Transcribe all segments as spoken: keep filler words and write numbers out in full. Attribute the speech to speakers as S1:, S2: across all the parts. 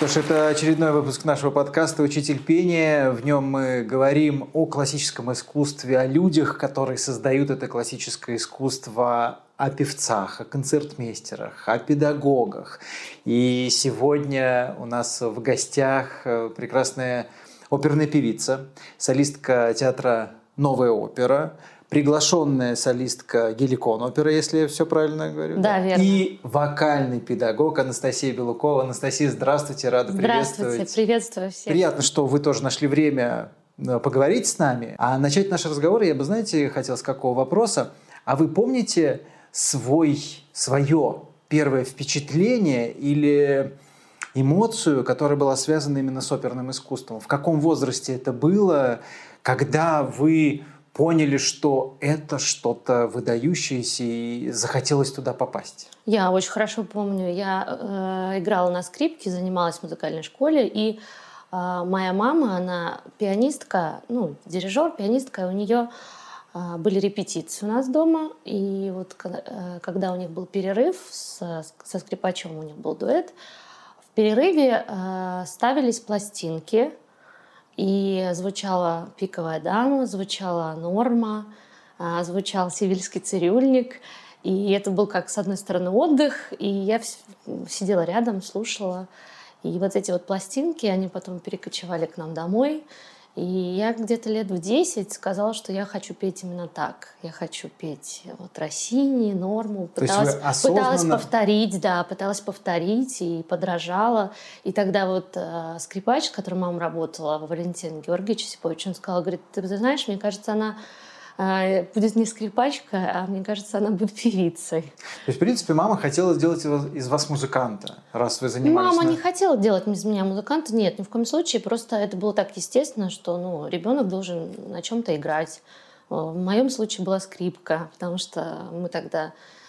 S1: Что ж, это очередной выпуск нашего подкаста «Учитель пения». В нем мы говорим о классическом искусстве, о людях, которые создают это классическое искусство, о певцах, о концертмейстерах, о педагогах. И сегодня у нас в гостях прекрасная оперная певица, солистка театра «Новая опера», приглашенная солистка Геликон оперы, если я все правильно говорю.
S2: Да, верно.
S1: И вокальный педагог Анастасия Белукова. Анастасия, здравствуйте, рада приветствовать.
S2: Здравствуйте, приветствую всех.
S1: Приятно, что вы тоже нашли время поговорить с нами. А начать наш разговор я бы, знаете, хотел с какого вопроса. А вы помните свой, свое первое впечатление или эмоцию, которая была связана именно с оперным искусством? В каком возрасте это было, когда вы поняли, что это что-то выдающееся и захотелось туда попасть?
S2: Я очень хорошо помню. Я э, играла на скрипке, занималась в музыкальной школе, и э, моя мама, она пианистка, ну, дирижер, пианистка, у нее э, были репетиции у нас дома, и вот э, когда у них был перерыв с, со скрипачом, у них был дуэт, в перерыве э, ставились пластинки, и звучала «Пиковая дама», звучала «Норма», звучал «Севильский цирюльник». И это был как, с одной стороны, отдых, и я сидела рядом, слушала. И вот эти вот пластинки, они потом перекочевали к нам домой. И я где-то лет в десять сказала, что я хочу петь именно так. Я хочу петь вот Россини, Норму. Пыталась, осознанно... пыталась повторить, да, пыталась повторить и подражала. И тогда вот э, скрипач, с которым мама работала, Валентин Георгиевич Осипович, он сказал, говорит, ты знаешь, мне кажется, она э, будет не скрипачка, а мне кажется, она будет певицей.
S1: То есть, в принципе, мама хотела сделать из вас музыканта, раз вы занимались...
S2: Мама
S1: на...
S2: не хотела делать из меня музыканта, нет, ни в коем случае. Просто это было так естественно, что ну, ребенок должен на чем-то играть. В моем случае была скрипка, потому что мы тогда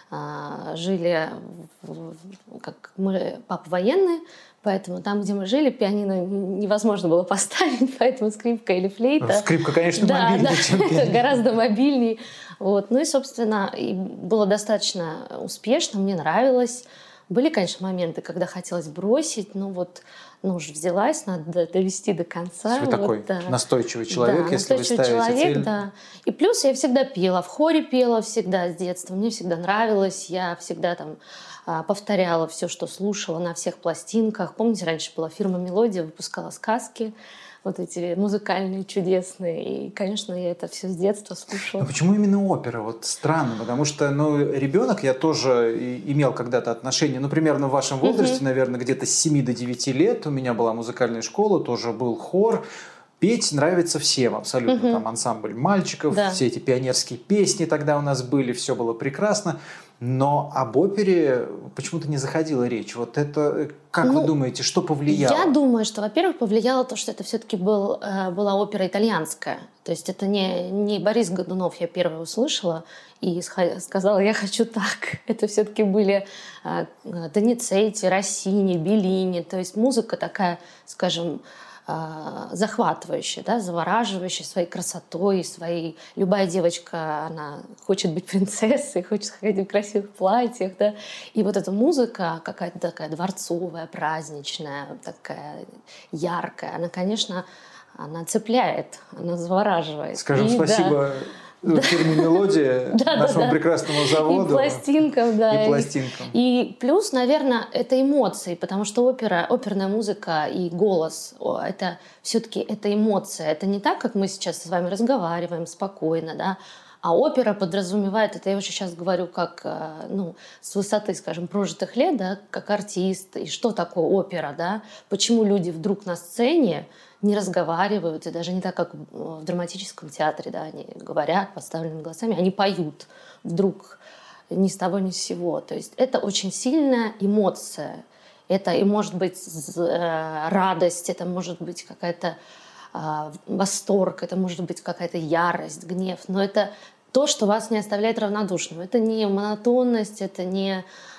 S2: а, жили, в, как мы, папа военный, поэтому там, где мы жили, пианино невозможно было поставить, поэтому скрипка или флейта.
S1: Скрипка, конечно,
S2: да,
S1: мобильнее,
S2: да,
S1: чем пианино.
S2: Гораздо мобильнее. Вот. Ну и, собственно, и было достаточно успешно, мне нравилось. Были, конечно, моменты, когда хотелось бросить, но вот ну, уже взялась, надо довести до конца.
S1: Вы
S2: вот,
S1: такой
S2: да.
S1: настойчивый человек,
S2: да,
S1: если
S2: настойчивый
S1: вы ставите
S2: человек,
S1: цель.
S2: Да. И плюс я всегда пела, в хоре пела всегда с детства, мне всегда нравилось, я всегда там повторяла все, что слушала на всех пластинках. Помните, раньше была фирма «Мелодия», выпускала сказки, вот эти музыкальные, чудесные. И, конечно, я это все с детства слушала.
S1: Но почему именно опера? Вот странно, потому что, ну, ребенок, я тоже имел когда-то отношение, ну, примерно в вашем возрасте, uh-huh. наверное, где-то с семи до девяти лет. У меня была музыкальная школа, тоже был хор. Петь нравится всем абсолютно. Uh-huh. Там ансамбль мальчиков, да. Все эти пионерские песни тогда у нас были, все было прекрасно. Но об опере почему-то не заходила речь. Вот это, как ну, вы думаете, что повлияло?
S2: Я думаю, что, во-первых, повлияло то, что это все-таки был, была опера итальянская. То есть это не, не Борис Годунов, я первая услышала и сказала, я хочу так. Это все-таки были Доницетти, Россини, Беллини. То есть музыка такая, скажем, захватывающая, да, завораживающая своей красотой, своей... Любая девочка, она хочет быть принцессой, хочет ходить в красивых платьях, да, и вот эта музыка какая-то такая дворцовая, праздничная, такая яркая, она, конечно, она цепляет, она завораживает.
S1: Скажем
S2: и,
S1: спасибо...
S2: Да.
S1: фирме «Мелодия»,
S2: да,
S1: нашему
S2: да, да.
S1: прекрасному заводу.
S2: И пластинкам, да.
S1: И пластинкам.
S2: И, и плюс, наверное, это эмоции, потому что опера, оперная музыка и голос, это все-таки это эмоция. Это не так, как мы сейчас с вами разговариваем спокойно, да. А опера подразумевает, это я уже сейчас говорю как, ну, с высоты, скажем, прожитых лет, да, как артист. И что такое опера, да? Почему люди вдруг на сцене не разговаривают, и даже не так, как в драматическом театре, да, они говорят поставленными голосами, они поют вдруг ни с того ни с сего. То есть это очень сильная эмоция. Это и может быть радость, это может быть какая-то восторг, это может быть какая-то ярость, гнев, но это то, что вас не оставляет равнодушным. Это не монотонность, это не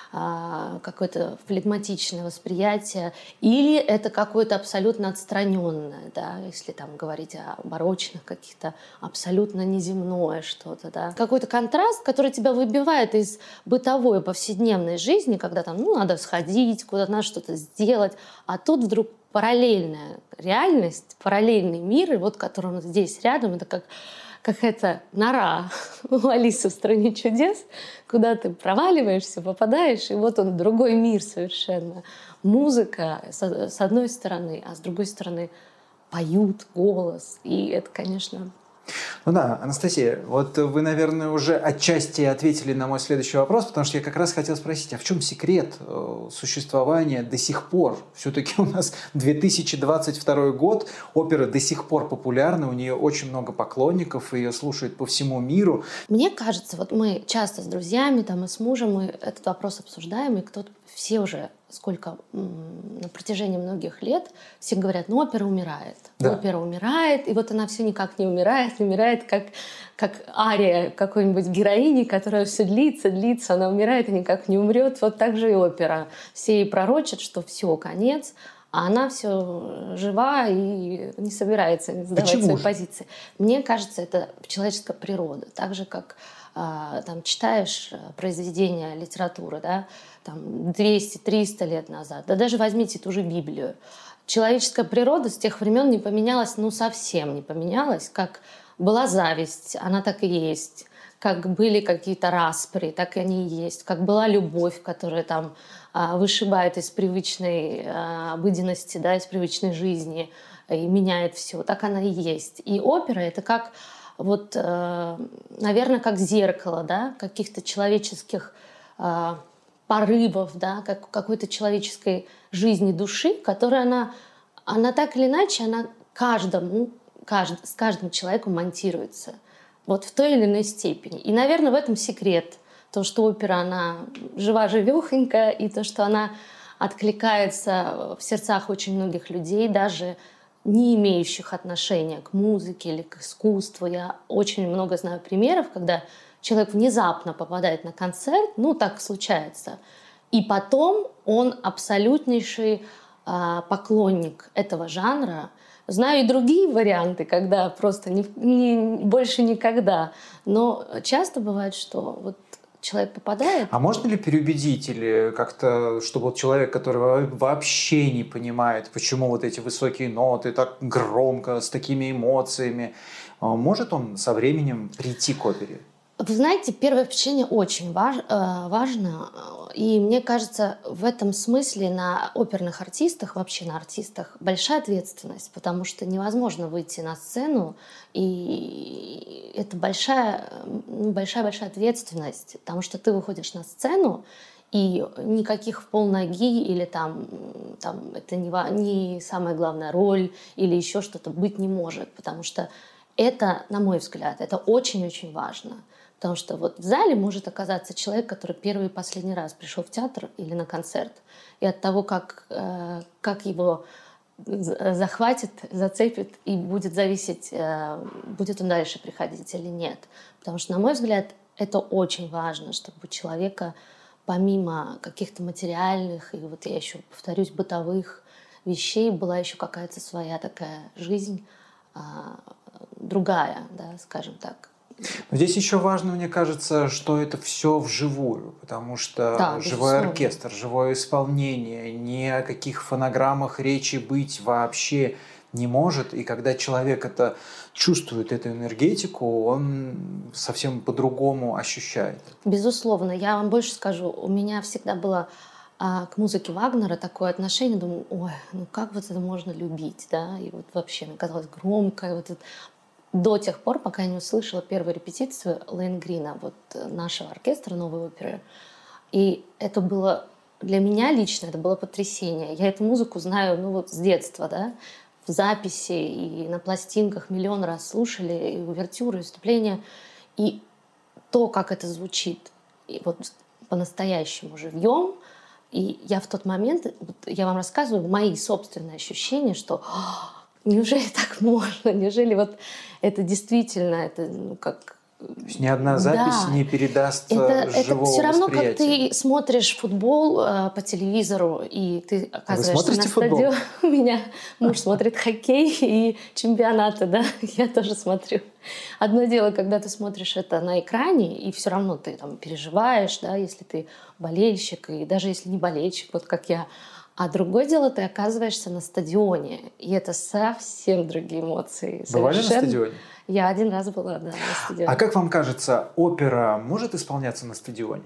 S2: а, какое-то флегматичное восприятие, или это какое-то абсолютно отстраненное, да, если там говорить о барочных каких-то, абсолютно неземное что-то, да. Какой-то контраст, который тебя выбивает из бытовой повседневной жизни, когда там, ну, надо сходить, куда-то надо что-то сделать, а тут вдруг параллельная реальность, параллельный мир, и вот который он здесь рядом, это как какая-то нора у Алисы в «Стране чудес», куда ты проваливаешься, попадаешь, и вот он, другой мир совершенно. Музыка с одной стороны, а с другой стороны поют, голос. И это, конечно...
S1: Ну да, Анастасия, вот вы, наверное, уже отчасти ответили на мой следующий вопрос, потому что я как раз хотел спросить, а в чем секрет существования до сих пор? Все-таки у нас две тысячи двадцать второй год, опера до сих пор популярна, у нее очень много поклонников, ее слушают по всему миру.
S2: Мне кажется, вот мы часто с друзьями там, и с мужем мы этот вопрос обсуждаем, и кто-то, все уже сколько на протяжении многих лет все говорят, ну опера умирает, да. Опера умирает, и вот она все никак не умирает, не умирает, как, как ария какой-нибудь героини, которая все длится, длится, она умирает и никак не умрет. Вот так же и опера. Все ей пророчат, что все, конец, а она все жива и не собирается сдавать
S1: Почему
S2: свои
S1: же?
S2: позиции. Мне кажется, это человеческая природа. Так же, как а, там, читаешь произведения литературы, да, там двести-триста лет назад, да даже возьмите ту же Библию. Человеческая природа с тех времен не поменялась, ну совсем не поменялась. Как была зависть, она так и есть. Как были какие-то распри, так и они и есть. Как была любовь, которая там а, вышибает из привычной а, обыденности, да, из привычной жизни и меняет все, так она и есть. И опера — это как, вот, э, наверное, как зеркало, да, каких-то человеческих э, порывов, да, как какой-то человеческой жизни души, которая она, она так или иначе, она каждому, кажд, с каждым человеком монтируется. Вот в той или иной степени. И, наверное, в этом секрет. То, что опера, она жива-живехонькая, и то, что она откликается в сердцах очень многих людей, даже не имеющих отношения к музыке или к искусству. Я очень много знаю примеров, когда человек внезапно попадает на концерт, ну, так случается, и потом он абсолютнейший э, поклонник этого жанра. Знаю и другие варианты, когда просто не, не, больше никогда. Но часто бывает, что вот человек попадает.
S1: А можно ли переубедить или как-то, чтобы вот человек, который вообще не понимает, почему вот эти высокие ноты так громко, с такими эмоциями, может он со временем прийти к опере?
S2: Вы знаете, первое впечатление очень важ, э, важно. И мне кажется, в этом смысле на оперных артистах, вообще на артистах, большая ответственность, потому что невозможно выйти на сцену, и это большая, большая-большая ответственность, потому что ты выходишь на сцену, и никаких в полноги или там, там это не, не самая главная роль или еще что-то быть не может, потому что это, на мой взгляд, это очень-очень важно. Потому что вот в зале может оказаться человек, который первый и последний раз пришел в театр или на концерт. И от того, как, э, как его захватит, зацепит, и будет зависеть, э, будет он дальше приходить или нет. Потому что, на мой взгляд, это очень важно, чтобы у человека помимо каких-то материальных и, вот я еще повторюсь, бытовых вещей была еще какая-то своя такая жизнь, э, другая, да, скажем так.
S1: Но здесь еще важно, мне кажется, что это все вживую, потому что
S2: да,
S1: живой
S2: безусловно.
S1: оркестр, живое исполнение, ни о каких фонограммах речи быть вообще не может. И когда человек это чувствует, эту энергетику, он совсем по-другому ощущает.
S2: Безусловно. Я вам больше скажу, у меня всегда было а, к музыке Вагнера такое отношение, думаю, ой, ну как вот это можно любить, да, и вот вообще мне казалось громко, и вот это... До тех пор, пока я не услышала первую репетицию Лоэнгрина, вот нашего оркестра новой оперы. И это было для меня лично, это было потрясение. Я эту музыку знаю, ну вот с детства, да, в записи и на пластинках миллион раз слушали, и увертюры, и выступления. И то, как это звучит, и вот по-настоящему живьем. И я в тот момент, вот я вам рассказываю мои собственные ощущения, что неужели так можно? Неужели вот это действительно, это ну, как
S1: То есть ни одна запись
S2: да.
S1: не передаст
S2: это,
S1: живого
S2: это все равно,
S1: восприятия.
S2: как ты смотришь футбол э, по телевизору, и ты оказываешься на стадионе. У меня муж смотрит хоккей и чемпионаты, да, я тоже смотрю. Одно дело, когда ты смотришь это на экране, и все равно ты там переживаешь, да, если ты болельщик, и даже если не болельщик, вот как я. А другое дело, ты оказываешься на стадионе, и это совсем другие эмоции.
S1: Бывали
S2: Совершенно...
S1: на стадионе?
S2: Я один раз была, да, на стадионе.
S1: А как вам кажется, опера может исполняться на стадионе?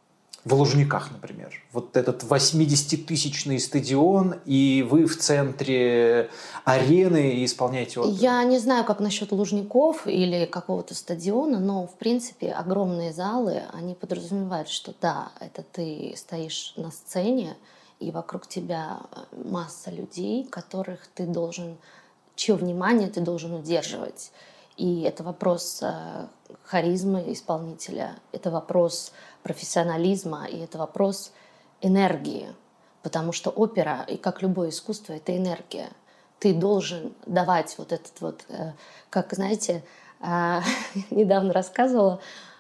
S1: В Лужниках, например. Вот этот восьмидесятитысячный стадион, и вы в центре арены и исполняете оперу.
S2: Я не знаю, как насчет Лужников или какого-то стадиона, но, в принципе, огромные залы, они подразумевают, что да, это ты стоишь на сцене, и вокруг тебя масса людей, которых ты должен, чье внимание ты должен удерживать. И это вопрос э, харизмы исполнителя, это вопрос профессионализма, и это вопрос энергии. Потому что опера, и как любое искусство, это энергия. Ты должен давать вот этот вот, э, как, знаете, э, недавно рассказывала,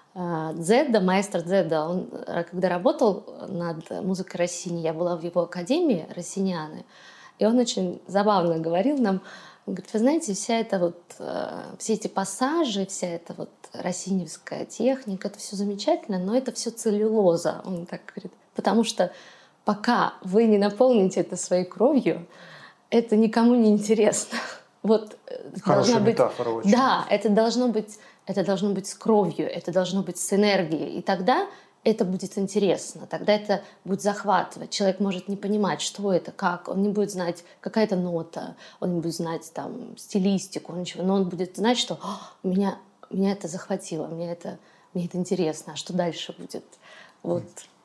S2: Дзедда, маэстро Дзедда, он, когда работал над музыкой Россини, я была в его академии Россинианы, и он очень забавно говорил нам, он говорит, вы знаете, вся эта вот, все эти пассажи, вся эта вот россиневская техника, это все замечательно, но это все целлюлоза, он так говорит, потому что пока вы не наполните это своей кровью, это никому не интересно. Вот
S1: Хорошая
S2: быть,
S1: метафора очень.
S2: Да, это должно быть, это должно быть с кровью, это должно быть с энергией. И тогда это будет интересно, тогда это будет захватывать. Человек может не понимать, что это, как. Он не будет знать, какая это нота, он не будет знать там, стилистику, ничего. Но он будет знать, что меня, меня это захватило, мне это, мне это интересно, а что дальше будет. Вот.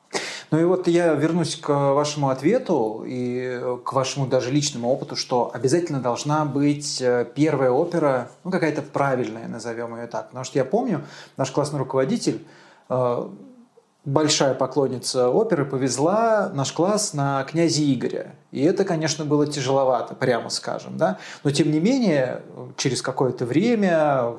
S1: Ну и вот я вернусь к вашему ответу и к вашему даже личному опыту, что обязательно должна быть первая опера, ну какая-то правильная, назовем ее так. Потому что я помню, наш классный руководитель, большая поклонница оперы, повезла наш класс на «Князя Игоря». И это, конечно, было тяжеловато, прямо скажем. Да? Но, тем не менее, через какое-то время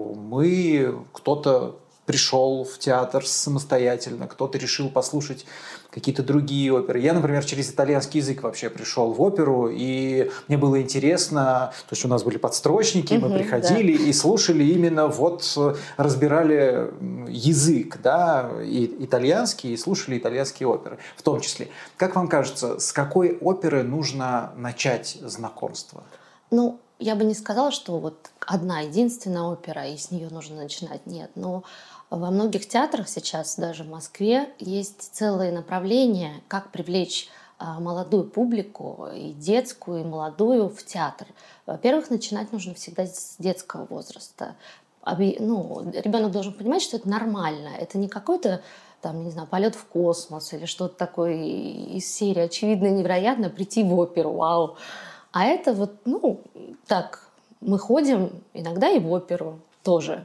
S1: мы, кто-то пришел в театр самостоятельно, кто-то решил послушать какие-то другие оперы. Я, например, через итальянский язык вообще пришел в оперу, и мне было интересно, то есть у нас были подстрочники, мы угу, приходили да. и слушали именно вот, разбирали язык, да, и итальянский, и слушали итальянские оперы в том числе. Как вам кажется, с какой оперы нужно начать знакомство?
S2: Ну, я бы не сказала, что вот одна единственная опера, и с нее нужно начинать. Нет, но во многих театрах сейчас, даже в Москве, есть целые направления, как привлечь молодую публику, и детскую, и молодую, в театр. Во-первых, начинать нужно всегда с детского возраста. Ну, ребенок должен понимать, что это нормально. Это не какой-то там, не знаю, полет в космос или что-то такое из серии «Очевидно, невероятно» прийти в оперу, вау. А это вот, ну, так, мы ходим иногда и в оперу тоже.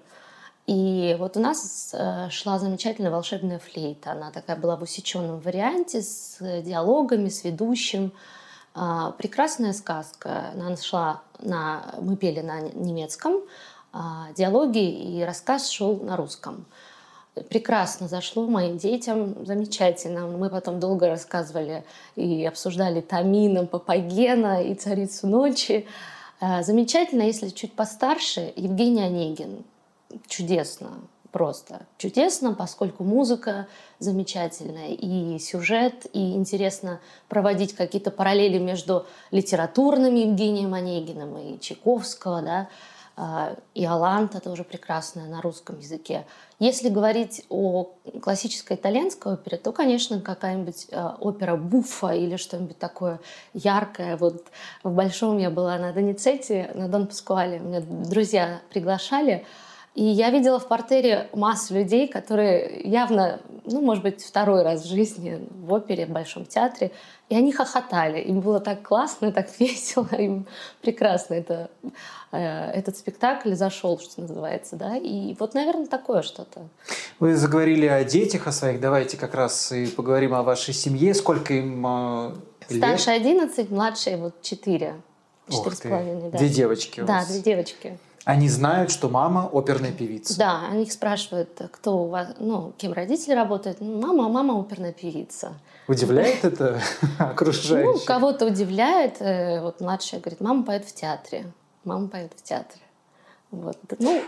S2: И вот у нас шла замечательная волшебная флейта. Она такая была в усеченном варианте, с диалогами, с ведущим. Прекрасная сказка. Она шла на... Мы пели на немецком, диалоги, и рассказ шел на русском. Прекрасно зашло моим детям, замечательно. Мы потом долго рассказывали и обсуждали Тамина, Папагена и Царицу ночи. Замечательно, если чуть постарше, Евгений Онегин. Чудесно, просто чудесно, поскольку музыка замечательная, и сюжет, и интересно проводить какие-то параллели между литературным Евгением Онегиным и Чайковского, да, и Иоланта тоже прекрасная на русском языке. Если говорить о классической итальянской опере, то, конечно, какая-нибудь опера буффа или что-нибудь такое яркое. Вот в Большом я была на Доницетти, на Дон Паскуале, меня друзья приглашали. И я видела в партере массу людей, которые явно, ну, может быть, второй раз в жизни в опере, в Большом театре, и они хохотали. Им было так классно, так весело, им прекрасно это, э, этот спектакль зашел, что называется, да. И вот, наверное, такое что-то.
S1: Вы заговорили о детях, о своих. Давайте как раз и поговорим о вашей семье. Сколько им э, лет?
S2: Старшая одиннадцать, младшая вот четыре. Четыре с половиной, да.
S1: Две девочки у
S2: Да,
S1: вас.
S2: две девочки.
S1: Они знают, что мама оперная певица.
S2: Да, они их спрашивают, кто у вас, ну, кем родители работают. Ну, мама, а мама оперная певица.
S1: Удивляет это окружающих?
S2: Ну, кого-то удивляет. Вот младшая говорит, мама поет в театре. Мама поет в театре. Вот. Ну,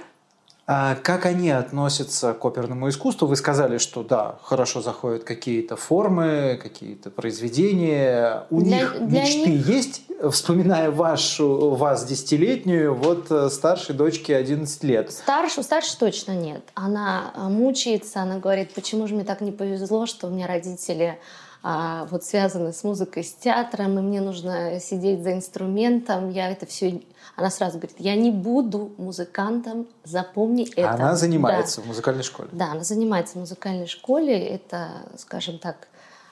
S1: а как они относятся к оперному искусству? Вы сказали, что да, хорошо заходят какие-то формы, какие-то произведения. У для, них для мечты них... есть? Вспоминая вашу, вас десятилетнюю, вот старшей дочке одиннадцать лет.
S2: Старше, старше точно нет. Она мучается, она говорит, почему же мне так не повезло, что у меня родители а, вот связаны с музыкой, с театром, и мне нужно сидеть за инструментом. Я это все... Она сразу говорит, я не буду музыкантом, запомни это.
S1: Она занимается
S2: да.
S1: в музыкальной школе.
S2: Да, она занимается в музыкальной школе. Это, скажем так,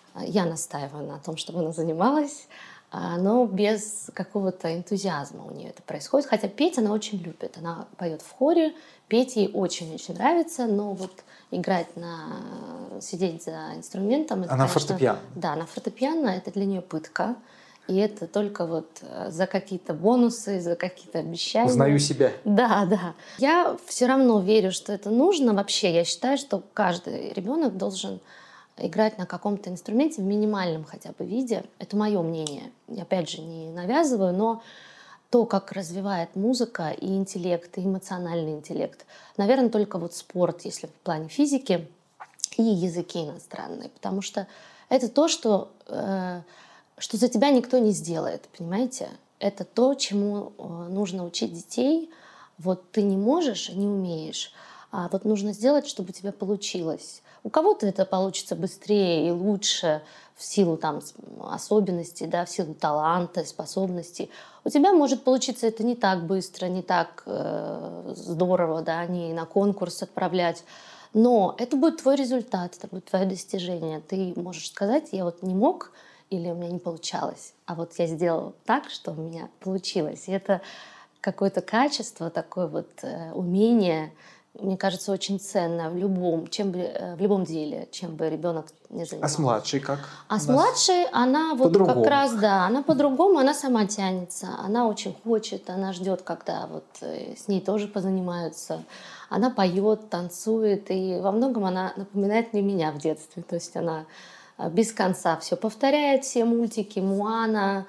S2: я настаиваю на том, чтобы она занималась, но без какого-то энтузиазма у нее это происходит. Хотя петь она очень любит. Она поет в хоре, петь ей очень-очень нравится, но вот играть на... сидеть за инструментом... Это,
S1: она
S2: конечно,
S1: фортепиано.
S2: Да, на фортепиано это для нее пытка. И это только вот за какие-то бонусы, за какие-то обещания.
S1: Узнаю себя.
S2: Да, да. Я все равно верю, что это нужно. Вообще, я считаю, что каждый ребенок должен играть на каком-то инструменте в минимальном хотя бы виде. Это мое мнение. Я, опять же, не навязываю, но то, как развивает музыка и интеллект, и эмоциональный интеллект, наверное, только вот спорт, если в плане физики, и языки иностранные. Потому что это то, что... Э, что за тебя никто не сделает, понимаете? Это то, чему нужно учить детей. Вот ты не можешь, не умеешь, а вот нужно сделать, чтобы у тебя получилось. У кого-то это получится быстрее и лучше в силу там особенностей, да, в силу таланта, способностей. У тебя может получиться это не так быстро, не так э, здорово, да, не на конкурс отправлять. Но это будет твой результат, это будет твое достижение. Ты можешь сказать, я вот не мог, или у меня не получалось. А вот я сделала так, что у меня получилось. И это какое-то качество, такое вот э, умение, мне кажется, очень ценно в любом, чем бы, э, в любом деле, чем бы ребенок не занимался.
S1: А с младшей как?
S2: А с младшей она вот как раз, да, она по-другому, она сама тянется, она очень хочет, она ждет, когда вот э, с ней тоже позанимаются. Она поет, танцует, и во многом она напоминает мне меня в детстве. То есть она без конца все повторяет, все мультики, Моана,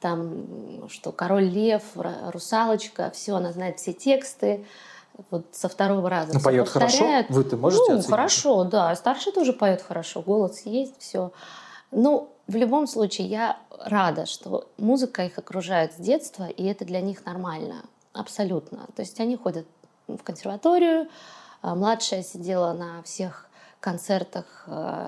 S2: там, что Король Лев, Русалочка, все, она знает все тексты. Вот со второго раза.
S1: Ну, поет хорошо? Вы-то можете
S2: Ну,
S1: оценить?
S2: Хорошо, да. Старший тоже поет хорошо, голос есть, все. Ну, в любом случае, я рада, что музыка их окружает с детства, и это для них нормально. Абсолютно. То есть они ходят в консерваторию, младшая сидела на всех концертах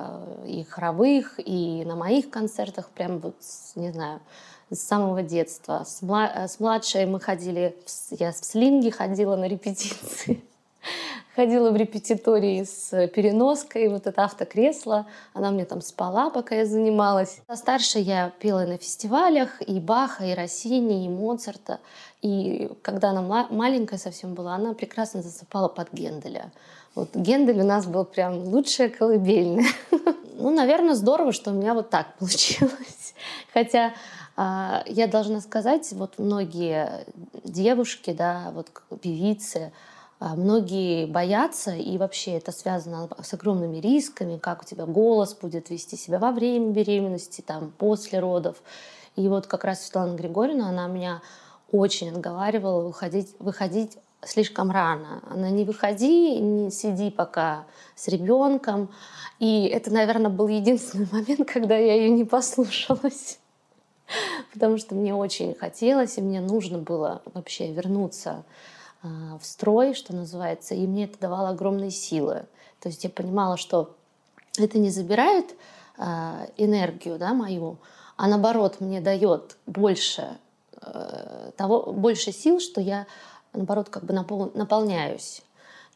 S2: и хоровых, и на моих концертах, прям вот, не знаю, с самого детства. С, мла- с младшей мы ходили, в, я в слинге ходила на репетиции, ходила в репетитории с переноской, вот это автокресло, она мне там спала, пока я занималась. А старшей я пела на фестивалях и Баха, и Россини, и Моцарта. И когда она маленькая совсем была, она прекрасно засыпала под Генделя. Вот Гендель у нас был прям лучшая колыбельная. Ну, наверное, здорово, что у меня вот так получилось. Хотя э, я должна сказать, вот многие девушки, да, вот певицы, э, многие боятся, и вообще это связано с огромными рисками, как у тебя голос будет вести себя во время беременности, там, после родов. И вот как раз Светлана Григорьевна, она меня очень отговаривала выходить, выходить слишком рано. Она не выходи, не сиди пока с ребенком. И это, наверное, был единственный момент, когда я ее не послушалась. Потому что мне очень хотелось, и мне нужно было вообще вернуться э, в строй, что называется. И мне это давало огромные силы. То есть я понимала, что это не забирает э, энергию, да, мою, а наоборот мне дает больше, э, того, больше сил, что я наоборот, как бы напол... наполняюсь.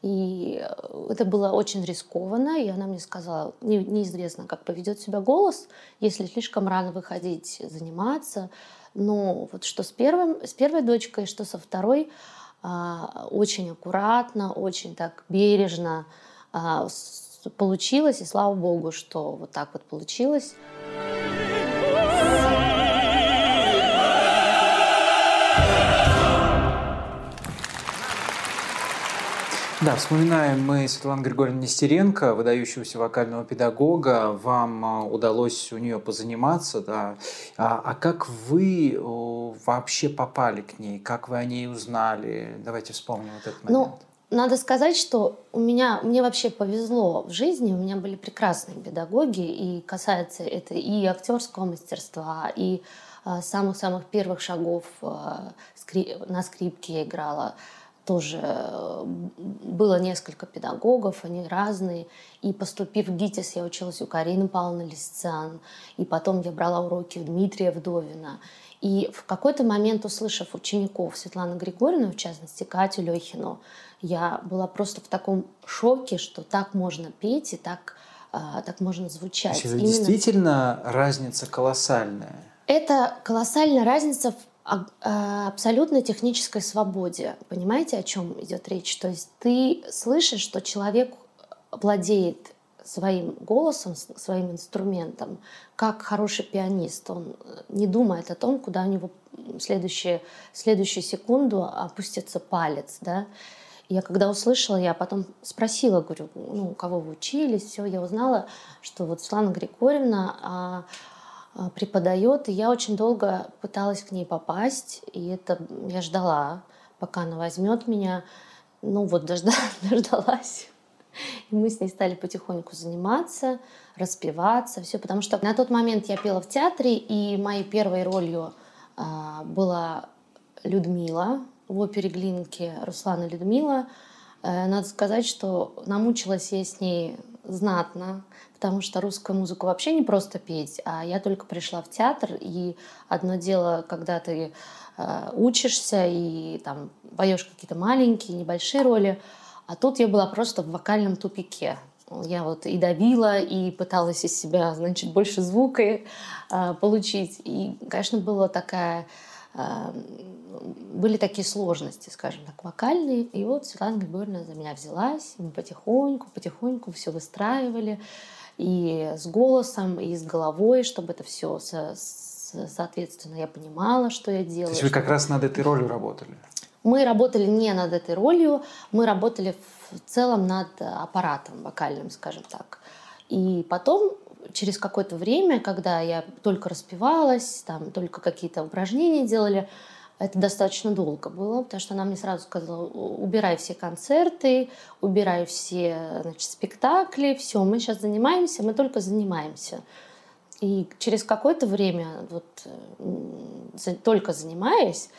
S2: И это было очень рискованно, и она мне сказала, не, неизвестно, как поведет себя голос, если слишком рано выходить, заниматься. Но вот что с, первым, с первой дочкой, что со второй, а, очень аккуратно, очень так бережно а, с, получилось, и слава богу, что вот так вот получилось.
S1: Да, вспоминаем мы Светлану Григорьевну Нестеренко, выдающегося вокального педагога. Вам удалось у нее позаниматься, да. А, а как вы о, вообще попали к ней? Как вы о ней узнали? Давайте вспомним вот этот момент.
S2: Ну, надо сказать, что у меня, мне вообще повезло в жизни, у меня были прекрасные педагоги, и касается это и актерского мастерства, и а, самых-самых первых шагов а, скри- на скрипке я играла. Тоже э, было несколько педагогов, они разные. И поступив в ГИТИС, я училась у Карины Павловны Лисцан. И потом я брала уроки у Дмитрия Вдовина. И в какой-то момент, услышав учеников Светланы Григорьевны, в частности Катю Лехину, я была просто в таком шоке, что так можно петь и так, э, так можно звучать.
S1: То есть это
S2: Именно...
S1: действительно разница колоссальная.
S2: Это колоссальная разница в абсолютной технической свободе. Понимаете, о чем идет речь? То есть ты слышишь, что человек владеет своим голосом, своим инструментом, как хороший пианист. Он не думает о том, куда у него в следующую, следующую секунду опустится палец. Да? Я когда услышала, я потом спросила, говорю, ну, у кого вы учились, все, я узнала, что вот Светлана Григорьевна преподает, и я очень долго пыталась к ней попасть, и это я ждала, пока она возьмет меня. Ну вот дождалась, дождалась. И мы с ней стали потихоньку заниматься, распеваться, все, потому что на тот момент я пела в театре, и моей первой ролью а, была Людмила в опере Глинки, Руслана Людмила. А, надо сказать, что намучилась я с ней знатно, потому что русскую музыку вообще не просто петь, а я только пришла в театр, и одно дело, когда ты э, учишься и там поешь какие-то маленькие, небольшие роли, а тут я была просто в вокальном тупике. Я вот и давила, и пыталась из себя, значит, больше звука э, получить. И, конечно, была такая... Э, были такие сложности, скажем так, вокальные. И вот Светлана Григорьевна за меня взялась, и мы потихоньку, потихоньку все выстраивали. И с голосом, и с головой, чтобы это все, со, со, соответственно, я понимала, что я делаю.
S1: То есть вы как раз над этой ролью работали?
S2: Мы работали не над этой ролью, мы работали в целом над аппаратом вокальным, скажем так. И потом, через какое-то время, когда я только распевалась, там только какие-то упражнения делали, это достаточно долго было, потому что она мне сразу сказала: убирай все концерты, убирай все, значит, спектакли, все, мы сейчас занимаемся, мы только занимаемся. И через какое-то время, вот, только занимаясь,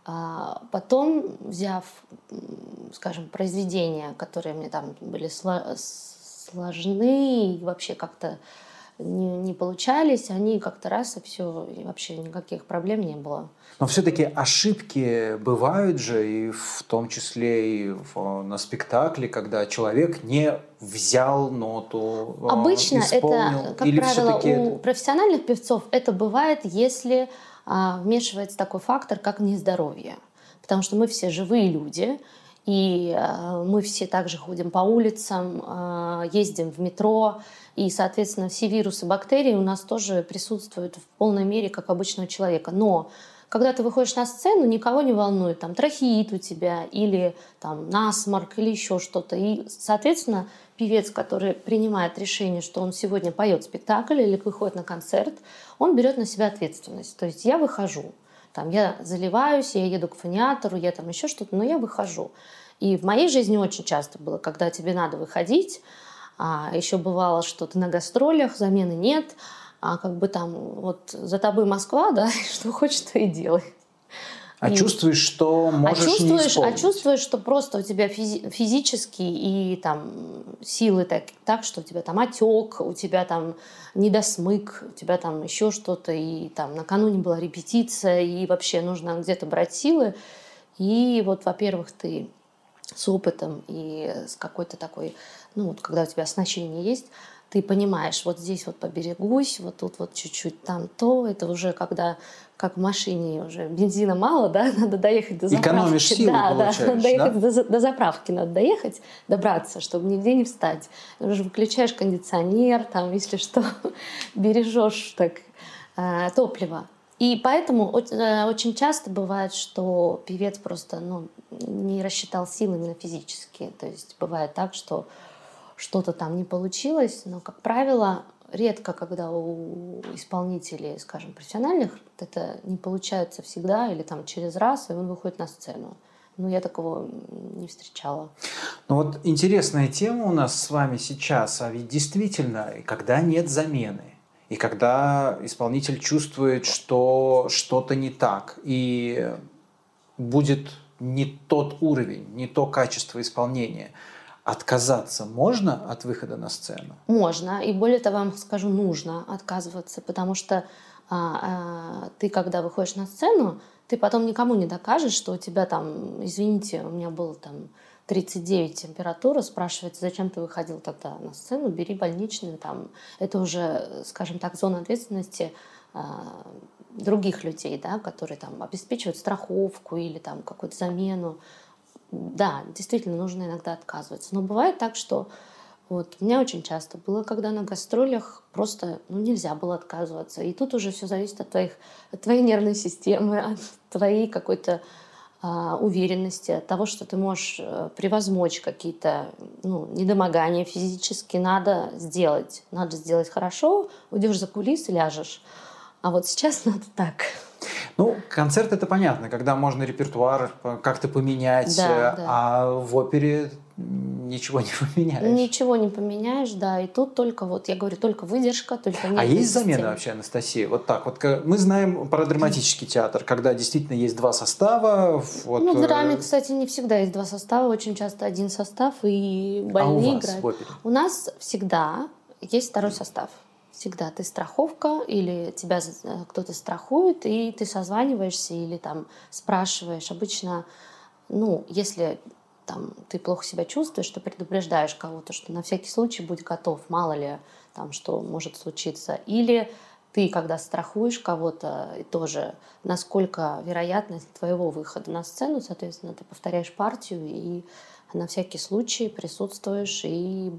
S2: потом, взяв, скажем, произведения, которые мне там были сложны и вообще как-то не, не получались, они как-то раз и все, и вообще никаких проблем не было.
S1: Но все-таки ошибки бывают же, и в том числе и в, на спектакле, когда человек не взял ноту,
S2: обычно
S1: исполнил.
S2: Это, как
S1: Или
S2: правило,
S1: все-таки...
S2: у профессиональных певцов это бывает, если а, вмешивается такой фактор, как нездоровье. Потому что мы все живые люди, и а, мы все также ходим по улицам, а, ездим в метро, и, соответственно, все вирусы, бактерии у нас тоже присутствуют в полной мере, как обычного человека. Но когда ты выходишь на сцену, никого не волнует, там, трахеит у тебя, или там, насморк, или еще что-то. И, соответственно, певец, который принимает решение, что он сегодня поет спектакль или выходит на концерт, он берет на себя ответственность. То есть я выхожу, там, я заливаюсь, я еду к фониатору, я там еще что-то, но я выхожу. И в моей жизни очень часто было, когда тебе надо выходить, а еще бывало, что ты на гастролях, замены нет, а как бы там вот за тобой Москва, да, что хочешь, то и делай.
S1: А и... чувствуешь, что можешь
S2: а чувствуешь,
S1: не исполнить.
S2: А чувствуешь, что просто у тебя физи- физически и там силы так, так, что у тебя там отек, у тебя там недосмык, у тебя там еще что-то, и там накануне была репетиция, и вообще нужно где-то брать силы. И вот, во-первых, ты с опытом и с какой-то такой, ну вот когда у тебя оснащение есть, ты понимаешь, вот здесь вот поберегусь, вот тут вот чуть-чуть там то, это уже когда, как в машине, уже бензина мало, да, надо доехать до заправки.
S1: Экономишь силы,
S2: да,
S1: получаешь,
S2: да, надо доехать
S1: да?
S2: До, до заправки, надо доехать, добраться, чтобы нигде не встать. Уже выключаешь кондиционер, там, если что, бережешь так э, топливо. И поэтому очень часто бывает, что певец просто ну, не рассчитал силы именно физически. То есть бывает так, что что-то там не получилось, но, как правило, редко, когда у исполнителей, скажем, профессиональных, это не получается всегда или там через раз, и он выходит на сцену. Ну, я такого не встречала.
S1: Ну вот интересная тема у нас с вами сейчас, а ведь действительно, когда нет замены, и когда исполнитель чувствует, что что-то не так, и будет не тот уровень, не то качество исполнения, отказаться можно от выхода на сцену?
S2: Можно, и более того, вам скажу, нужно отказываться, потому что а, а, ты, когда выходишь на сцену, ты потом никому не докажешь, что у тебя там, извините, у меня было там тридцать девять температура, спрашивается, зачем ты выходил тогда на сцену, бери больничный, там, это уже, скажем так, зона ответственности а, других людей, да, которые там обеспечивают страховку или там какую-то замену. Да, действительно, нужно иногда отказываться. Но бывает так, что вот у меня очень часто было, когда на гастролях просто ну, нельзя было отказываться. И тут уже все зависит от, твоих, от твоей нервной системы, от твоей какой-то а, уверенности, от того, что ты можешь а, превозмочь какие-то ну, недомогания физически. Надо сделать. Надо сделать хорошо, уйдешь за кулисы, ляжешь. А вот сейчас надо так.
S1: Ну, концерт — это понятно, когда можно репертуар как-то поменять,
S2: да, да.
S1: А в опере ничего не поменяешь.
S2: Ничего не поменяешь, да. И тут только, вот я говорю, только выдержка, только нервная
S1: А есть
S2: система.
S1: замена вообще, Анастасия? Вот так вот. Мы знаем про драматический театр, когда действительно есть два состава. Вот...
S2: Ну, в драме, кстати, не всегда есть два состава. Очень часто один состав, и больные
S1: а у вас
S2: играют.
S1: В опере?
S2: У нас всегда есть второй состав. Всегда ты страховка, или тебя кто-то страхует, и ты созваниваешься или там спрашиваешь. Обычно, ну, если там, ты плохо себя чувствуешь, то предупреждаешь кого-то, что на всякий случай будь готов, мало ли там что может случиться. Или ты, когда страхуешь кого-то, и тоже насколько вероятность твоего выхода на сцену, соответственно, ты повторяешь партию и на всякий случай присутствуешь и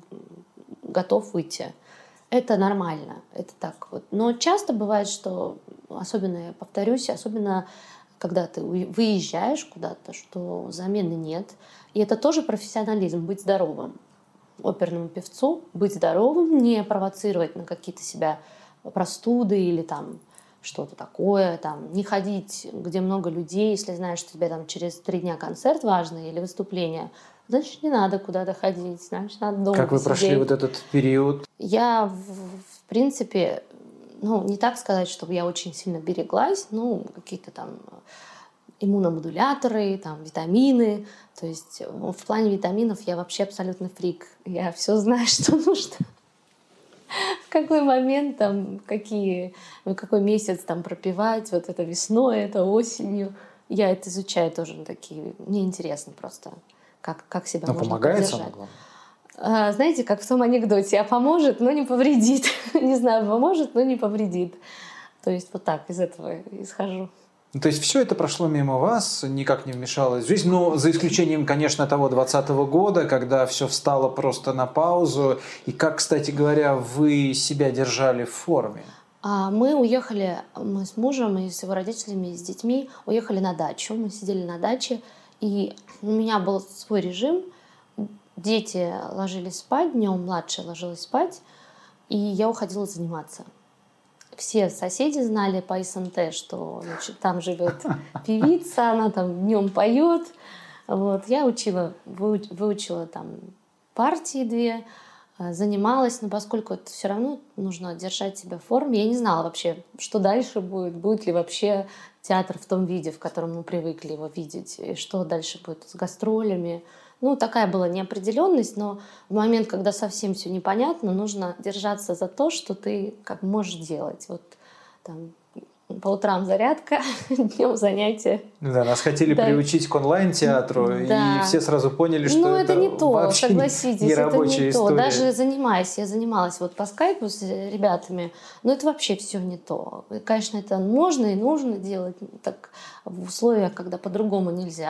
S2: готов выйти. Это нормально, это так вот. Но часто бывает, что, особенно, я повторюсь, особенно когда ты выезжаешь куда-то, что замены нет. И это тоже профессионализм, быть здоровым. Оперному певцу быть здоровым, не провоцировать на какие-то себя простуды или там что-то такое, там, не ходить, где много людей, если знаешь, что у тебя там через три дня концерт важный или выступление, значит, не надо куда-то ходить, значит, надо дома
S1: Как
S2: посидеть.
S1: вы прошли вот этот период?
S2: Я, в, в принципе, ну, не так сказать, чтобы я очень сильно береглась, ну, какие-то там иммуномодуляторы, там, витамины. То есть в плане витаминов я вообще абсолютно фрик. Я все знаю, что нужно. В какой момент, там, какие, в какой месяц там пропивать, вот это весной, это осенью. Я это изучаю тоже на такие... Мне интересно просто, как, как себя
S1: но
S2: можно
S1: помогает
S2: поддержать. А, знаете, как в том анекдоте, а поможет, но не повредит. Не знаю, поможет, но не повредит. То есть вот так из этого исхожу.
S1: Ну, то есть все это прошло мимо вас, никак не вмешалось в жизнь, ну, за исключением, конечно, того двадцатого года, когда все встало просто на паузу. И как, кстати говоря, вы себя держали в форме?
S2: А мы уехали, мы с мужем и с его родителями, и с детьми уехали на дачу. Мы сидели на даче, и у меня был свой режим. Дети ложились спать, днем младшая ложилась спать, и я уходила заниматься. Все соседи знали по СНТ, что значит, там живет певица, она там днем поет. Вот. Я учила, выучила там партии две, занималась, но поскольку это все равно нужно держать себя в форме, я не знала вообще, что дальше будет, будет ли вообще театр в том виде, в котором мы привыкли его видеть, и что дальше будет с гастролями. Ну, такая была неопределенность, но в момент, когда совсем все непонятно, нужно держаться за то, что ты как можешь делать. Вот там по утрам зарядка, днем занятия.
S1: Да, нас хотели да. приучить к онлайн-театру, да. и все сразу поняли, что
S2: ну,
S1: это,
S2: это не то,
S1: вообще
S2: согласитесь,
S1: не
S2: это
S1: рабочая
S2: не
S1: история.
S2: то. Даже занимаясь, я занималась вот по скайпу с ребятами, но это вообще все не то. И, конечно, это можно и нужно делать так в условиях, когда по-другому нельзя.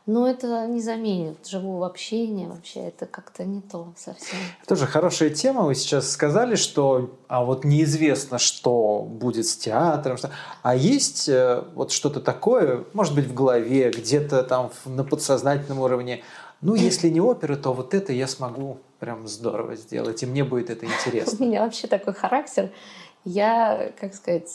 S2: Но это не заменит живого общения вообще, это как-то не то совсем.
S1: Тоже хорошая тема. Вы сейчас сказали, что а вот неизвестно, что будет с театром. Что... А есть вот что-то такое, может быть, в голове, где-то там на подсознательном уровне. Ну, если не опера, то вот это я смогу прям здорово сделать, и мне будет это интересно.
S2: У меня вообще такой характер. Я, как сказать...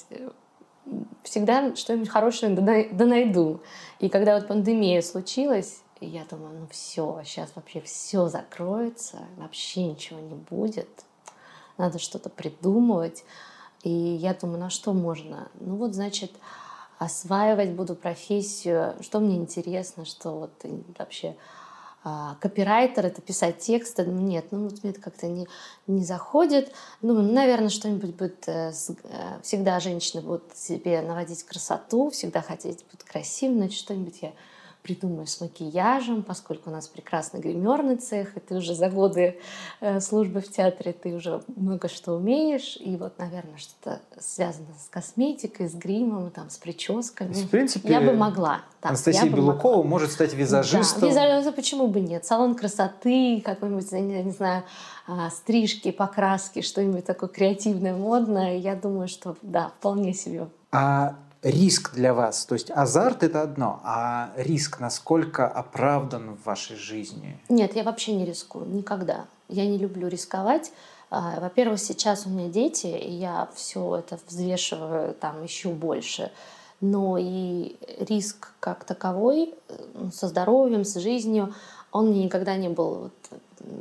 S2: всегда что-нибудь хорошее да найду. И когда вот пандемия случилась, я думаю, ну все, сейчас вообще все закроется, вообще ничего не будет. Надо что-то придумывать. И я думаю, на что можно? Ну вот, значит, осваивать буду профессию, что мне интересно, что вот вообще... Копирайтер — это писать тексты. Ну, нет, ну вот мне это как-то не, не заходит. Ну, наверное, что-нибудь будет... Всегда женщины будут себе наводить красоту, всегда хотеть быть красивой, значит, что-нибудь я придумаю с макияжем, поскольку у нас прекрасный гримерный цех, и ты уже за годы службы в театре, ты уже много что умеешь, и вот, наверное, что-то связано с косметикой, с гримом, там, с прическами.
S1: В принципе,
S2: я бы могла. Да,
S1: Анастасия Белукова могла. Может стать визажистом.
S2: Да, визажистом, почему бы нет? Салон красоты, какой-нибудь, я не знаю, стрижки, покраски, что-нибудь такое креативное, модное. Я думаю, что да, вполне себе.
S1: А риск для вас, то есть азарт — это одно, а риск насколько оправдан в вашей жизни?
S2: Нет, я вообще не рискую, никогда. Я не люблю рисковать. Во-первых, сейчас у меня дети, и я все это взвешиваю там еще больше. Но и риск как таковой со здоровьем, с жизнью, он мне никогда не был вот,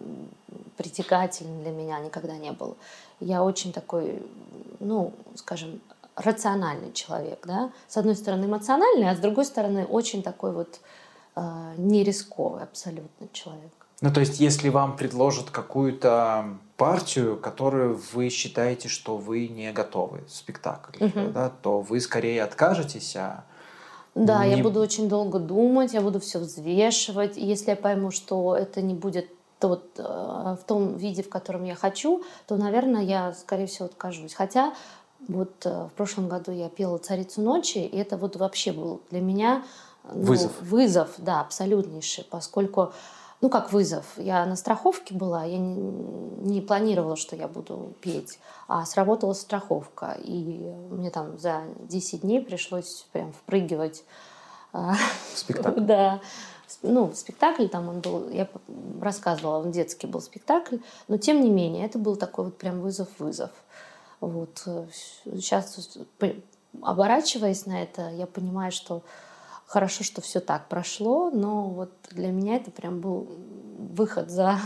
S2: притягательным для меня, никогда не был. Я очень такой, ну, скажем, рациональный человек, да, с одной стороны эмоциональный, а с другой стороны очень такой вот э, нерисковый абсолютно человек.
S1: Ну, то есть, если вам предложат какую-то партию, которую вы считаете, что вы не готовы, спектакль, uh-huh. да, то вы скорее откажетесь, а...
S2: Да,
S1: не...
S2: я буду очень долго думать, я буду все взвешивать, и если я пойму, что это не будет тот, э, в том виде, в котором я хочу, то, наверное, я, скорее всего, откажусь. Хотя вот в прошлом году я пела «Царицу ночи», и это вот вообще был для меня ну,
S1: вызов.
S2: Вызов, да, абсолютнейший, поскольку, ну как вызов, я на страховке была, я не, не планировала, что я буду петь, а сработала страховка, и мне там за десять дней пришлось прям впрыгивать.
S1: Спектакль.
S2: Да. Ну, спектакль там он был, я рассказывала, он детский был спектакль, но тем не менее это был такой вот прям вызов-вызов. Вот. Сейчас, оборачиваясь на это, я понимаю, что хорошо, что все так прошло, но вот для меня это прям был выход за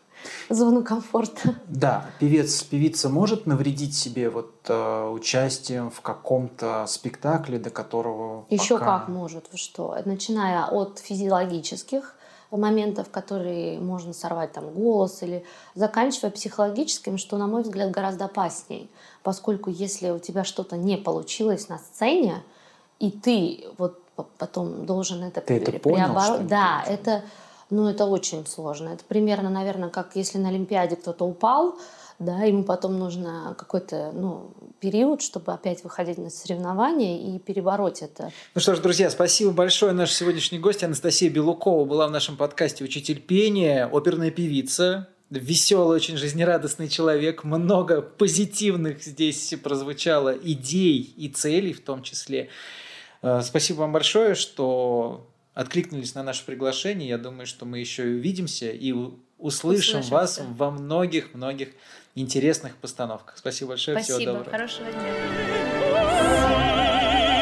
S2: зону комфорта.
S1: Да, певец, певица может навредить себе вот э, участием в каком-то спектакле, до которого
S2: Еще
S1: пока...
S2: как может, вы что? Начиная от физиологических моментов, которые можно сорвать там голос, или заканчивая психологическим, что, на мой взгляд, гораздо опаснее, поскольку если у тебя что-то не получилось на сцене, и ты вот потом должен это
S1: преоборот,
S2: да, это, ну, это очень сложно. Это примерно, наверное, как если на Олимпиаде кто-то упал, да, ему потом нужно какой-то, ну, период, чтобы опять выходить на соревнования и перебороть это.
S1: Ну что ж, друзья, спасибо большое. Наш сегодняшний гость Анастасия Белукова была в нашем подкасте «Учитель пения», оперная певица, веселый, очень жизнерадостный человек. Много позитивных здесь прозвучало идей и целей в том числе. Спасибо вам большое, что откликнулись на наше приглашение. Я думаю, что мы еще и увидимся и услышим Услышимся. вас во многих-многих интересных постановках. Спасибо большое.
S2: Спасибо.
S1: Всего доброго.
S2: Хорошего дня.